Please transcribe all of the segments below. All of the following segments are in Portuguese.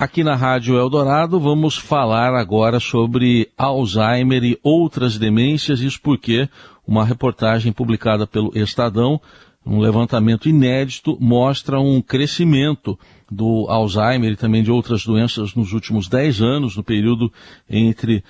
Aqui na Rádio Eldorado vamos falar agora sobre Alzheimer e outras demências, isso porque uma reportagem publicada pelo Estadão, um levantamento inédito, mostra um crescimento do Alzheimer e também de outras doenças nos últimos 10 anos, no período entre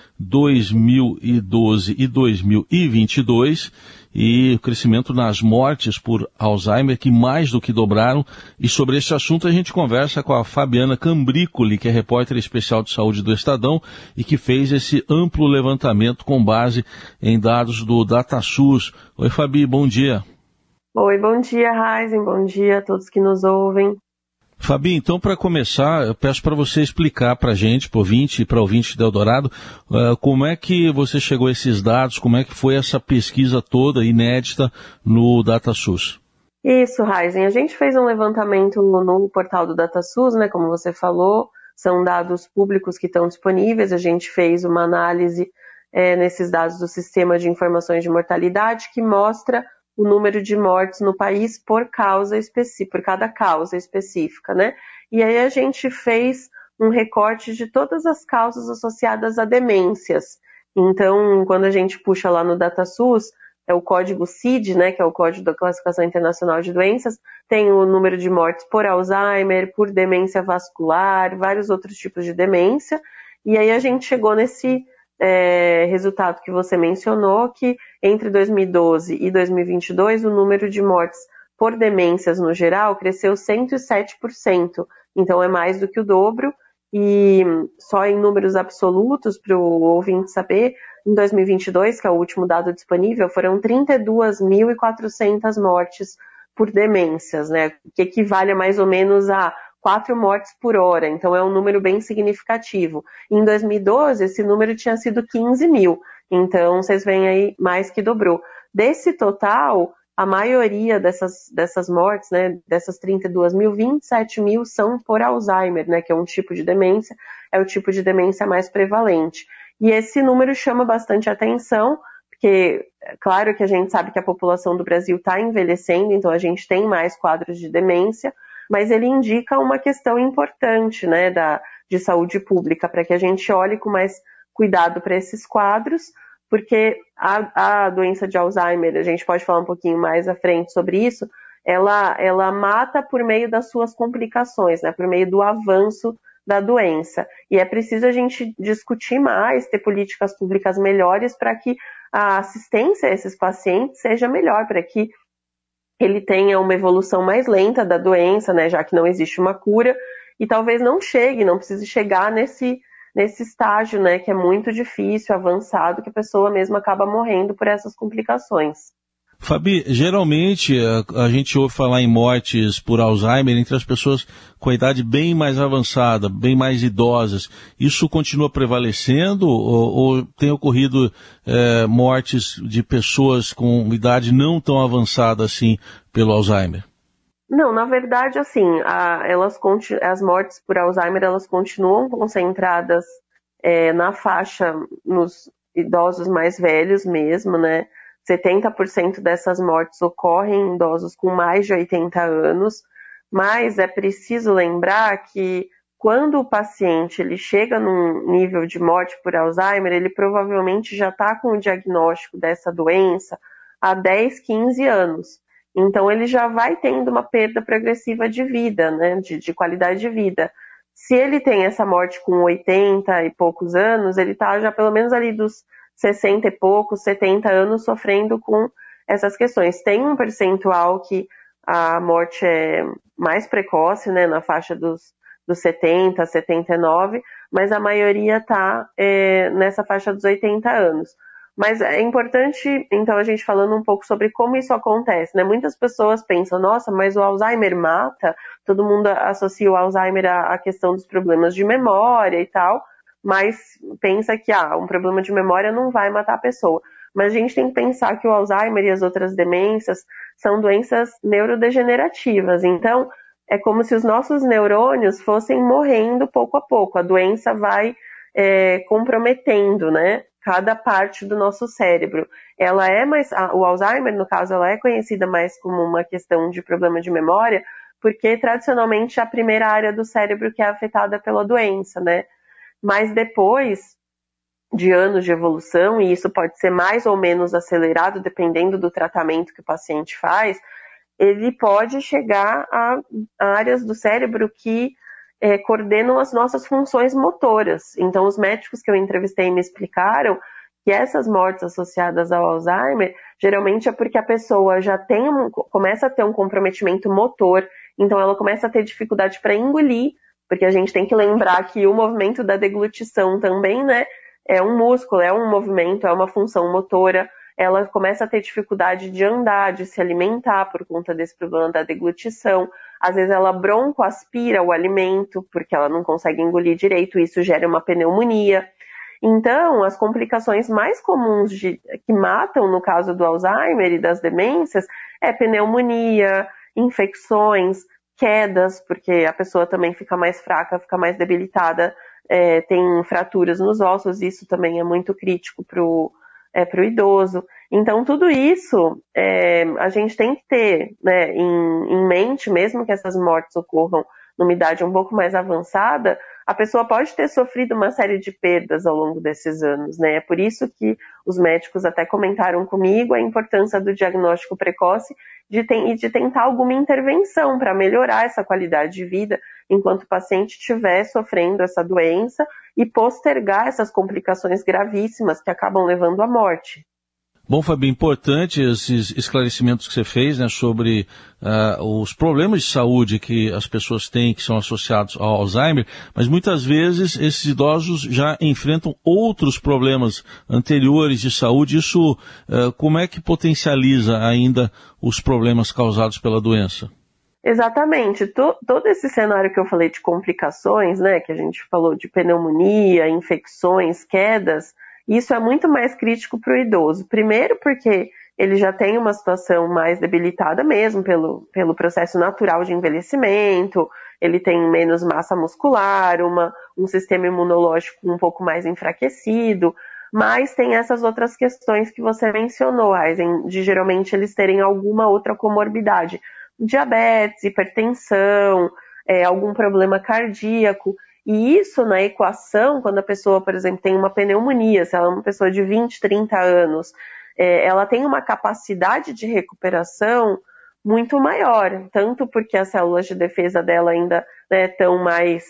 2012 e 2022, e o crescimento nas mortes por Alzheimer que mais do que dobraram. E sobre esse assunto a gente conversa com a Fabiana Cambricoli, que é repórter especial de saúde do Estadão e que fez esse amplo levantamento com base em dados do DataSUS. Oi, Fabi, bom dia. Oi, bom dia, Raizen, bom dia a todos que nos ouvem. Fabi, então, para começar, eu peço para você explicar para a gente, para ouvinte da Eldorado, como é que você chegou a esses dados, como é que foi essa pesquisa toda inédita no DataSUS. Isso, Raizen, a gente fez um levantamento no portal do DataSUS, né, como você falou, são dados públicos que estão disponíveis, a gente fez uma análise nesses dados do Sistema de Informações de Mortalidade que mostra o número de mortes no país por cada causa específica, né? E aí a gente fez um recorte de todas as causas associadas a demências. Então, quando a gente puxa lá no DataSUS, é o código CID, né, que é o Código da Classificação Internacional de Doenças, tem o número de mortes por Alzheimer, por demência vascular, vários outros tipos de demência, e aí a gente chegou nesse resultado que você mencionou, que entre 2012 e 2022 o número de mortes por demências no geral cresceu 107%, então é mais do que o dobro, e só em números absolutos, para o ouvinte saber, em 2022, que é o último dado disponível, foram 32.400 mortes por demências, né, que equivale a mais ou menos a 4 mortes por hora, então é um número bem significativo. Em 2012, esse número tinha sido 15 mil, então vocês veem aí mais que dobrou. Desse total, a maioria dessas mortes, né, dessas 32 mil, 27 mil são por Alzheimer, né, que é um tipo de demência, é o tipo de demência mais prevalente. E esse número chama bastante atenção, porque, claro que a gente sabe que a população do Brasil está envelhecendo, então a gente tem mais quadros de demência, mas ele indica uma questão importante, né, de saúde pública, para que a gente olhe com mais cuidado para esses quadros, porque a doença de Alzheimer, a gente pode falar um pouquinho mais à frente sobre isso, ela mata por meio das suas complicações, né, por meio do avanço da doença. E é preciso a gente discutir mais, ter políticas públicas melhores para que a assistência a esses pacientes seja melhor, para que ele tenha uma evolução mais lenta da doença, né, já que não existe uma cura, e talvez não precise chegar nesse estágio, né, que é muito difícil, avançado, que a pessoa mesmo acaba morrendo por essas complicações. Fabi, geralmente a gente ouve falar em mortes por Alzheimer entre as pessoas com a idade bem mais avançada, bem mais idosas. Isso continua prevalecendo ou tem ocorrido mortes de pessoas com idade não tão avançada assim pelo Alzheimer? Não, na verdade, assim, as mortes por Alzheimer, elas continuam concentradas na faixa, nos idosos mais velhos mesmo, né? 70% dessas mortes ocorrem em idosos com mais de 80 anos, mas é preciso lembrar que quando o paciente ele chega num nível de morte por Alzheimer, ele provavelmente já está com o diagnóstico dessa doença há 10, 15 anos. Então ele já vai tendo uma perda progressiva de vida, né, de qualidade de vida. Se ele tem essa morte com 80 e poucos anos, ele está já pelo menos ali dos 60 e poucos, 70 anos sofrendo com essas questões. Tem um percentual que a morte é mais precoce, né, na faixa dos 70, 79, mas a maioria está nessa faixa dos 80 anos. Mas é importante, então, a gente falando um pouco sobre como isso acontece, né? Muitas pessoas pensam, nossa, mas o Alzheimer mata? Todo mundo associa o Alzheimer à questão dos problemas de memória e tal, mas pensa que um problema de memória não vai matar a pessoa. Mas a gente tem que pensar que o Alzheimer e as outras demências são doenças neurodegenerativas. Então, é como se os nossos neurônios fossem morrendo pouco a pouco. A doença vai comprometendo, né, cada parte do nosso cérebro. O Alzheimer, no caso, ela é conhecida mais como uma questão de problema de memória, porque tradicionalmente é a primeira área do cérebro que é afetada pela doença, né? Mas depois de anos de evolução, e isso pode ser mais ou menos acelerado dependendo do tratamento que o paciente faz, ele pode chegar a áreas do cérebro que coordenam as nossas funções motoras. Então, os médicos que eu entrevistei me explicaram que essas mortes associadas ao Alzheimer, geralmente é porque a pessoa já começa a ter um comprometimento motor, então ela começa a ter dificuldade para engolir, porque a gente tem que lembrar que o movimento da deglutição também, né, é um músculo, é um movimento, é uma função motora. Ela começa a ter dificuldade de andar, de se alimentar por conta desse problema da deglutição. Às vezes ela broncoaspira o alimento, porque ela não consegue engolir direito, isso gera uma pneumonia. Então, as complicações mais comuns que matam no caso do Alzheimer e das demências é pneumonia, infecções, quedas, porque a pessoa também fica mais fraca, fica mais debilitada, tem fraturas nos ossos, isso também é muito crítico para o idoso. Então, tudo isso a gente tem que ter, né, em mente, mesmo que essas mortes ocorram numa idade um pouco mais avançada, a pessoa pode ter sofrido uma série de perdas ao longo desses anos, né? É por isso que os médicos até comentaram comigo a importância do diagnóstico precoce e de tentar alguma intervenção para melhorar essa qualidade de vida enquanto o paciente estiver sofrendo essa doença e postergar essas complicações gravíssimas que acabam levando à morte. Bom, Fabi, importante esses esclarecimentos que você fez, né, sobre os problemas de saúde que as pessoas têm, que são associados ao Alzheimer, mas muitas vezes esses idosos já enfrentam outros problemas anteriores de saúde. Isso, como é que potencializa ainda os problemas causados pela doença? Exatamente. Todo esse cenário que eu falei de complicações, né, que a gente falou de pneumonia, infecções, quedas, isso é muito mais crítico para o idoso. Primeiro porque ele já tem uma situação mais debilitada mesmo pelo processo natural de envelhecimento, ele tem menos massa muscular, um sistema imunológico um pouco mais enfraquecido, mas tem essas outras questões que você mencionou, Eisen, de geralmente eles terem alguma outra comorbidade. Diabetes, hipertensão, algum problema cardíaco. E isso na equação, quando a pessoa, por exemplo, tem uma pneumonia, se ela é uma pessoa de 20, 30 anos, ela tem uma capacidade de recuperação muito maior, tanto porque as células de defesa dela ainda estão mais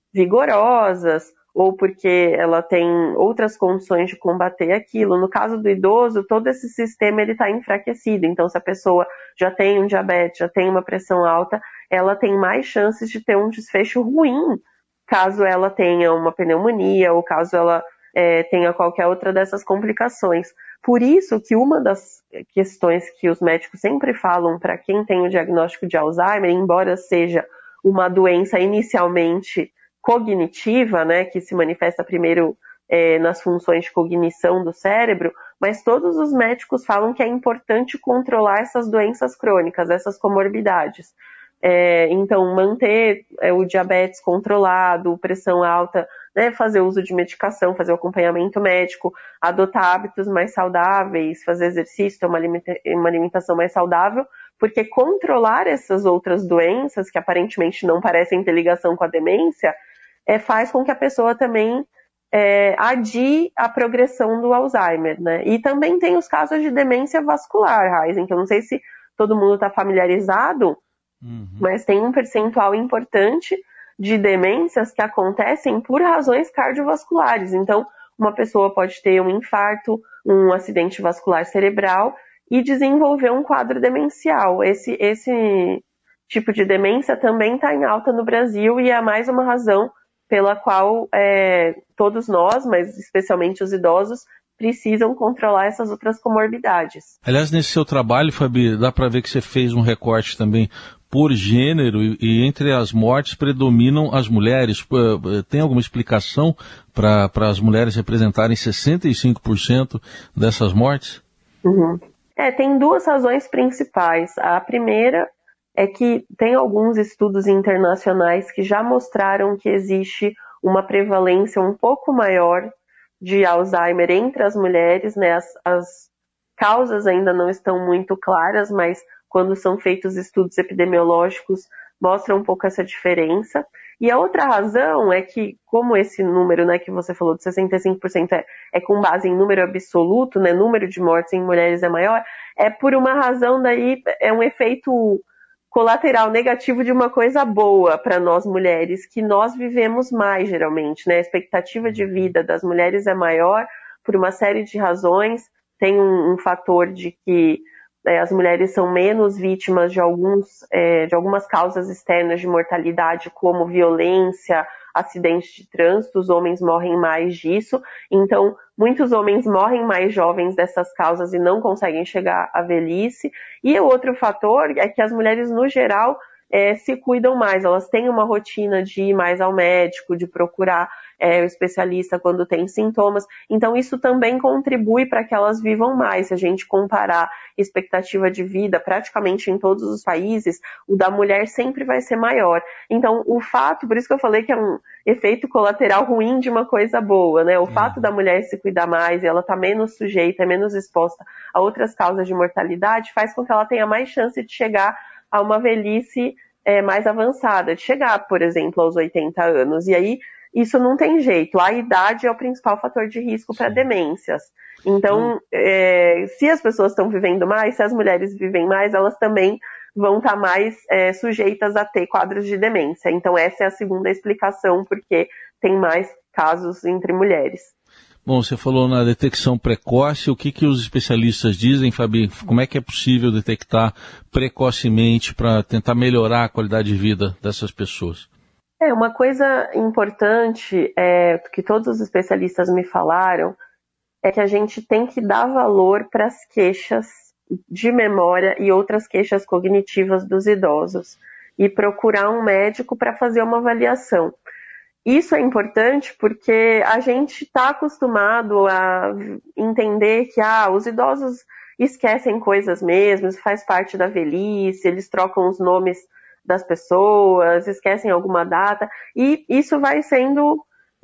vigorosas, ou porque ela tem outras condições de combater aquilo. No caso do idoso, todo esse sistema está enfraquecido. Então, se a pessoa já tem um diabetes, já tem uma pressão alta, ela tem mais chances de ter um desfecho ruim, caso ela tenha uma pneumonia ou caso ela tenha qualquer outra dessas complicações. Por isso que uma das questões que os médicos sempre falam para quem tem o diagnóstico de Alzheimer, embora seja uma doença inicialmente cognitiva, né, que se manifesta primeiro nas funções de cognição do cérebro, mas todos os médicos falam que é importante controlar essas doenças crônicas, essas comorbidades. Então, manter o diabetes controlado, pressão alta, né, fazer uso de medicação, fazer o acompanhamento médico, adotar hábitos mais saudáveis, fazer exercício, ter uma alimentação mais saudável, porque controlar essas outras doenças, que aparentemente não parecem ter ligação com a demência, faz com que a pessoa também adie a progressão do Alzheimer, né? E também tem os casos de demência vascular, Heisen, que eu não sei se todo mundo está familiarizado, mas tem um percentual importante de demências que acontecem por razões cardiovasculares. Então, uma pessoa pode ter um infarto, um acidente vascular cerebral e desenvolver um quadro demencial. Esse tipo de demência também está em alta no Brasil e é mais uma razão pela qual todos nós, mas especialmente os idosos, precisam controlar essas outras comorbidades. Aliás, nesse seu trabalho, Fabi, dá para ver que você fez um recorte também por gênero e entre as mortes predominam as mulheres. Tem alguma explicação para as mulheres representarem 65% dessas mortes? Uhum. Tem duas razões principais. A primeira é que tem alguns estudos internacionais que já mostraram que existe uma prevalência um pouco maior de Alzheimer entre as mulheres, né? As causas ainda não estão muito claras, mas quando são feitos estudos epidemiológicos, mostra um pouco essa diferença. E a outra razão é que, como esse número, né, que você falou de 65% é com base em número absoluto, né, número de mortes em mulheres é maior, é por uma razão daí, é um efeito colateral negativo de uma coisa boa para nós mulheres, que nós vivemos mais geralmente, né? A expectativa de vida das mulheres é maior por uma série de razões. Tem um fator de que as mulheres são menos vítimas de algumas causas externas de mortalidade, como violência, acidentes de trânsito. Os homens morrem mais disso. Então, muitos homens morrem mais jovens dessas causas e não conseguem chegar à velhice. E o outro fator é que as mulheres, no geral, se cuidam mais. Elas têm uma rotina de ir mais ao médico, de procurar o especialista quando tem sintomas. Então, isso também contribui para que elas vivam mais. Se a gente comparar expectativa de vida praticamente em todos os países, o da mulher sempre vai ser maior. Então, o fato, por isso que eu falei que é um efeito colateral ruim de uma coisa boa, né? O fato da mulher se cuidar mais e ela estar menos sujeita, menos exposta a outras causas de mortalidade, faz com que ela tenha mais chance de chegar a uma velhice mais avançada, de chegar, por exemplo, aos 80 anos. E aí, isso não tem jeito. A idade é o principal fator de risco para demências. Então, se as pessoas estão vivendo mais, se as mulheres vivem mais, elas também vão estar mais sujeitas a ter quadros de demência. Então, essa é a segunda explicação, porque tem mais casos entre mulheres. Bom, você falou na detecção precoce. O que os especialistas dizem, Fabi? Como é que é possível detectar precocemente para tentar melhorar a qualidade de vida dessas pessoas? Uma coisa importante que todos os especialistas me falaram é que a gente tem que dar valor para as queixas de memória e outras queixas cognitivas dos idosos e procurar um médico para fazer uma avaliação. Isso é importante porque a gente está acostumado a entender que os idosos esquecem coisas mesmo, isso faz parte da velhice, eles trocam os nomes das pessoas, esquecem alguma data, e isso vai sendo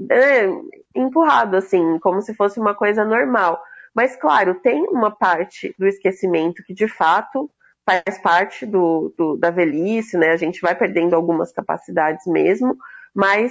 empurrado, assim, como se fosse uma coisa normal. Mas, claro, tem uma parte do esquecimento que, de fato, faz parte da velhice, né? A gente vai perdendo algumas capacidades mesmo, mas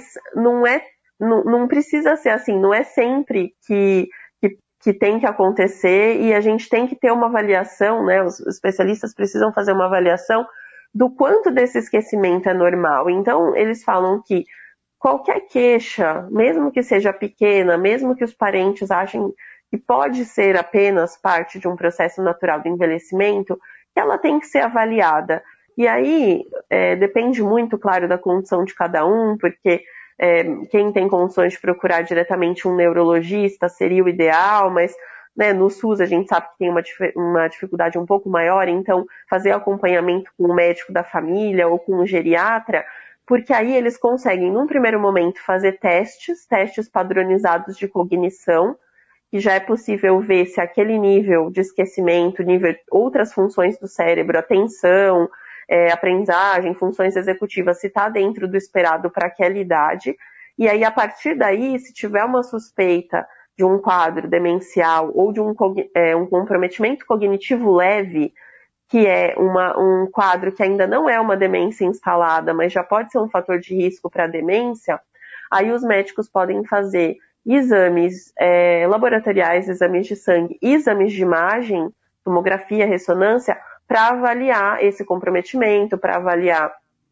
não precisa ser assim, não é sempre que tem que acontecer, e a gente tem que ter uma avaliação, né? Os especialistas precisam fazer uma avaliação do quanto desse esquecimento é normal. Então, eles falam que qualquer queixa, mesmo que seja pequena, mesmo que os parentes achem que pode ser apenas parte de um processo natural do envelhecimento, que ela tem que ser avaliada. E aí, depende muito, claro, da condição de cada um, porque quem tem condições de procurar diretamente um neurologista seria o ideal, mas no SUS a gente sabe que tem uma dificuldade um pouco maior, então fazer acompanhamento com o médico da família ou com um geriatra, porque aí eles conseguem, num primeiro momento, fazer testes padronizados de cognição, que já é possível ver se aquele nível de esquecimento, outras funções do cérebro, atenção, aprendizagem, funções executivas, se está dentro do esperado para aquela idade. E aí, a partir daí, se tiver uma suspeita de um quadro demencial ou de um comprometimento cognitivo leve, que é um quadro que ainda não é uma demência instalada, mas já pode ser um fator de risco para a demência, aí os médicos podem fazer exames laboratoriais, exames de sangue, exames de imagem, tomografia, ressonância, para avaliar esse comprometimento, para avaliar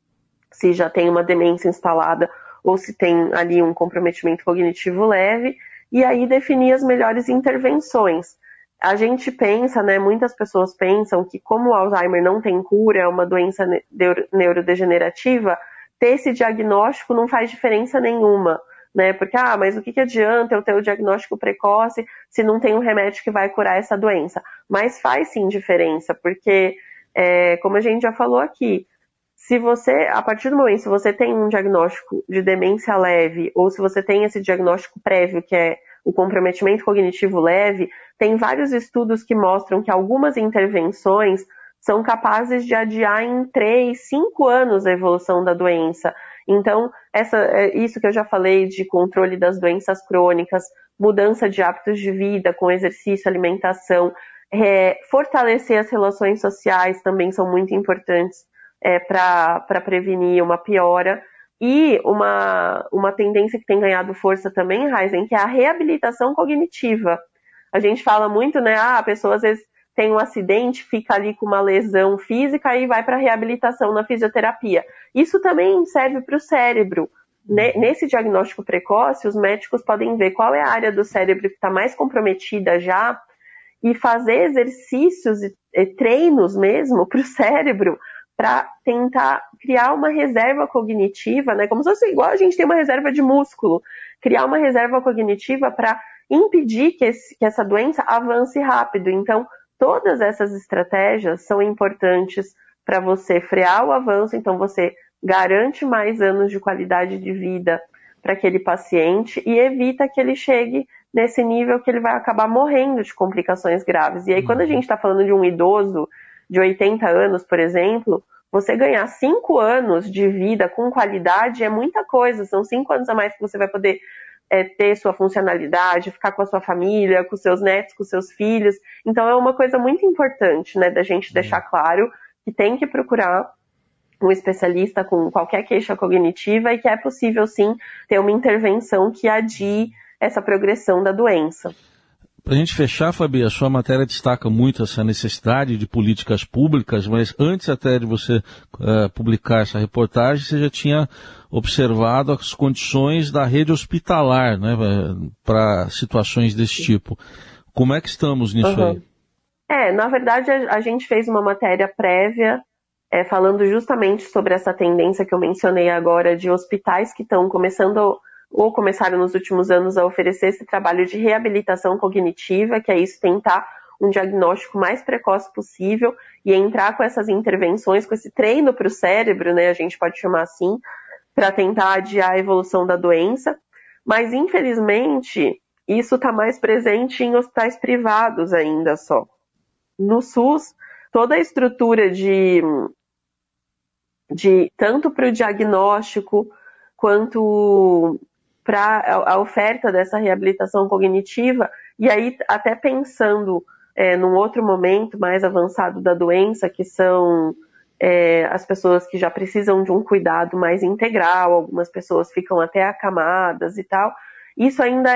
se já tem uma demência instalada ou se tem ali um comprometimento cognitivo leve, e aí definir as melhores intervenções. A gente pensa, muitas pessoas pensam que como o Alzheimer não tem cura, é uma doença neurodegenerativa, ter esse diagnóstico não faz diferença nenhuma, porque, mas o que adianta eu ter o diagnóstico precoce se não tem um remédio que vai curar essa doença? Mas faz sim diferença, porque, como a gente já falou aqui, a partir do momento, se você tem um diagnóstico de demência leve, ou se você tem esse diagnóstico prévio, que é o comprometimento cognitivo leve, tem vários estudos que mostram que algumas intervenções são capazes de adiar em 3, 5 anos a evolução da doença. Então, isso que eu já falei de controle das doenças crônicas, mudança de hábitos de vida com exercício, alimentação, fortalecer as relações sociais também são muito importantes para prevenir uma piora. E uma tendência que tem ganhado força também, Heisen, que é a reabilitação cognitiva. A gente fala muito, né? A pessoa às vezes tem um acidente, fica ali com uma lesão física e vai para reabilitação na fisioterapia. Isso também serve para o cérebro. Nesse diagnóstico precoce, os médicos podem ver qual é a área do cérebro que está mais comprometida já e fazer exercícios e treinos mesmo para o cérebro para tentar criar uma reserva cognitiva, né? Como se fosse igual a gente tem uma reserva de músculo, criar uma reserva cognitiva para impedir que essa doença avance rápido. Então, todas essas estratégias são importantes para você frear o avanço, então você garante mais anos de qualidade de vida para aquele paciente e evita que ele chegue nesse nível que ele vai acabar morrendo de complicações graves. E aí, quando a gente está falando de um idoso de 80 anos, por exemplo, você ganhar 5 anos de vida com qualidade é muita coisa. São 5 anos a mais que você vai poder ter sua funcionalidade, ficar com a sua família, com seus netos, com seus filhos. Então é uma coisa muito importante, né, da gente deixar claro que tem que procurar um especialista com qualquer queixa cognitiva e que é possível sim ter uma intervenção que adie essa progressão da doença. Para a gente fechar, Fabi, a sua matéria destaca muito essa necessidade de políticas públicas, mas antes até de você publicar essa reportagem, você já tinha observado as condições da rede hospitalar, né, para situações desse tipo. Como é que estamos nisso aí? Na verdade, a gente fez uma matéria prévia falando justamente sobre essa tendência que eu mencionei agora de hospitais que estão começando ou começaram nos últimos anos a oferecer esse trabalho de reabilitação cognitiva, que é isso, tentar um diagnóstico mais precoce possível e entrar com essas intervenções, com esse treino para o cérebro, né, a gente pode chamar assim, para tentar adiar a evolução da doença. Mas, infelizmente, isso está mais presente em hospitais privados ainda só. No SUS, toda a estrutura de tanto para o diagnóstico quanto para a oferta dessa reabilitação cognitiva, e aí até pensando num outro momento mais avançado da doença, que são as pessoas que já precisam de um cuidado mais integral, algumas pessoas ficam até acamadas e tal, isso ainda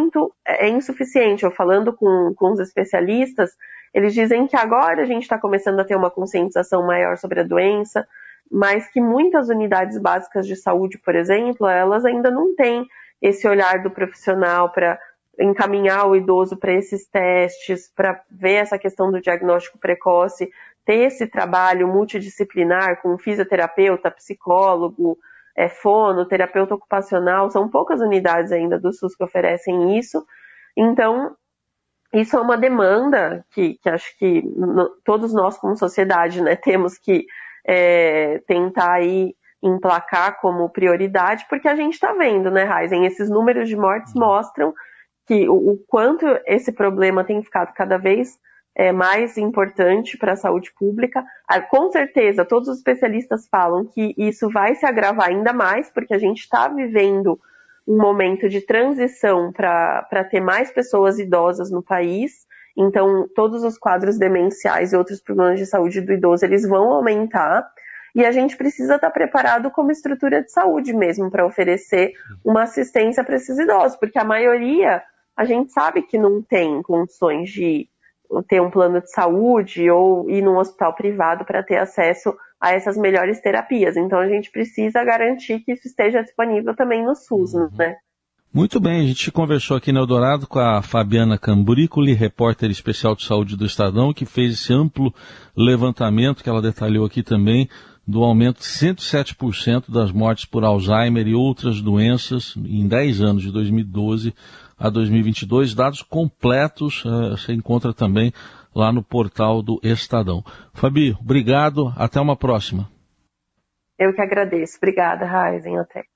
é insuficiente. Eu falando com os especialistas, eles dizem que agora a gente está começando a ter uma conscientização maior sobre a doença, mas que muitas unidades básicas de saúde, por exemplo, elas ainda não têm esse olhar do profissional para encaminhar o idoso para esses testes, para ver essa questão do diagnóstico precoce, ter esse trabalho multidisciplinar com fisioterapeuta, psicólogo, fono, terapeuta ocupacional. São poucas unidades ainda do SUS que oferecem isso. Então, isso é uma demanda que acho que todos nós como sociedade, né, temos que tentar aí emplacar como prioridade, porque a gente está vendo, né, Heisen, esses números de mortes mostram que o quanto esse problema tem ficado cada vez mais importante para a saúde pública. Com certeza, todos os especialistas falam que isso vai se agravar ainda mais, porque a gente está vivendo um momento de transição para ter mais pessoas idosas no país. Então, todos os quadros demenciais e outros problemas de saúde do idoso, eles vão aumentar. E a gente precisa estar preparado como estrutura de saúde mesmo para oferecer uma assistência para esses idosos, porque a maioria, a gente sabe que não tem condições de ter um plano de saúde ou ir num hospital privado para ter acesso a essas melhores terapias. Então a gente precisa garantir que isso esteja disponível também no SUS, né? Muito bem, a gente conversou aqui no Eldorado com a Fabiana Cambricoli, repórter especial de saúde do Estadão, que fez esse amplo levantamento que ela detalhou aqui também, do aumento de 107% das mortes por Alzheimer e outras doenças em 10 anos, de 2012 a 2022. Dados completos você encontra também lá no portal do Estadão. Fabi, obrigado, até uma próxima. Eu que agradeço. Obrigada, Heisen, até.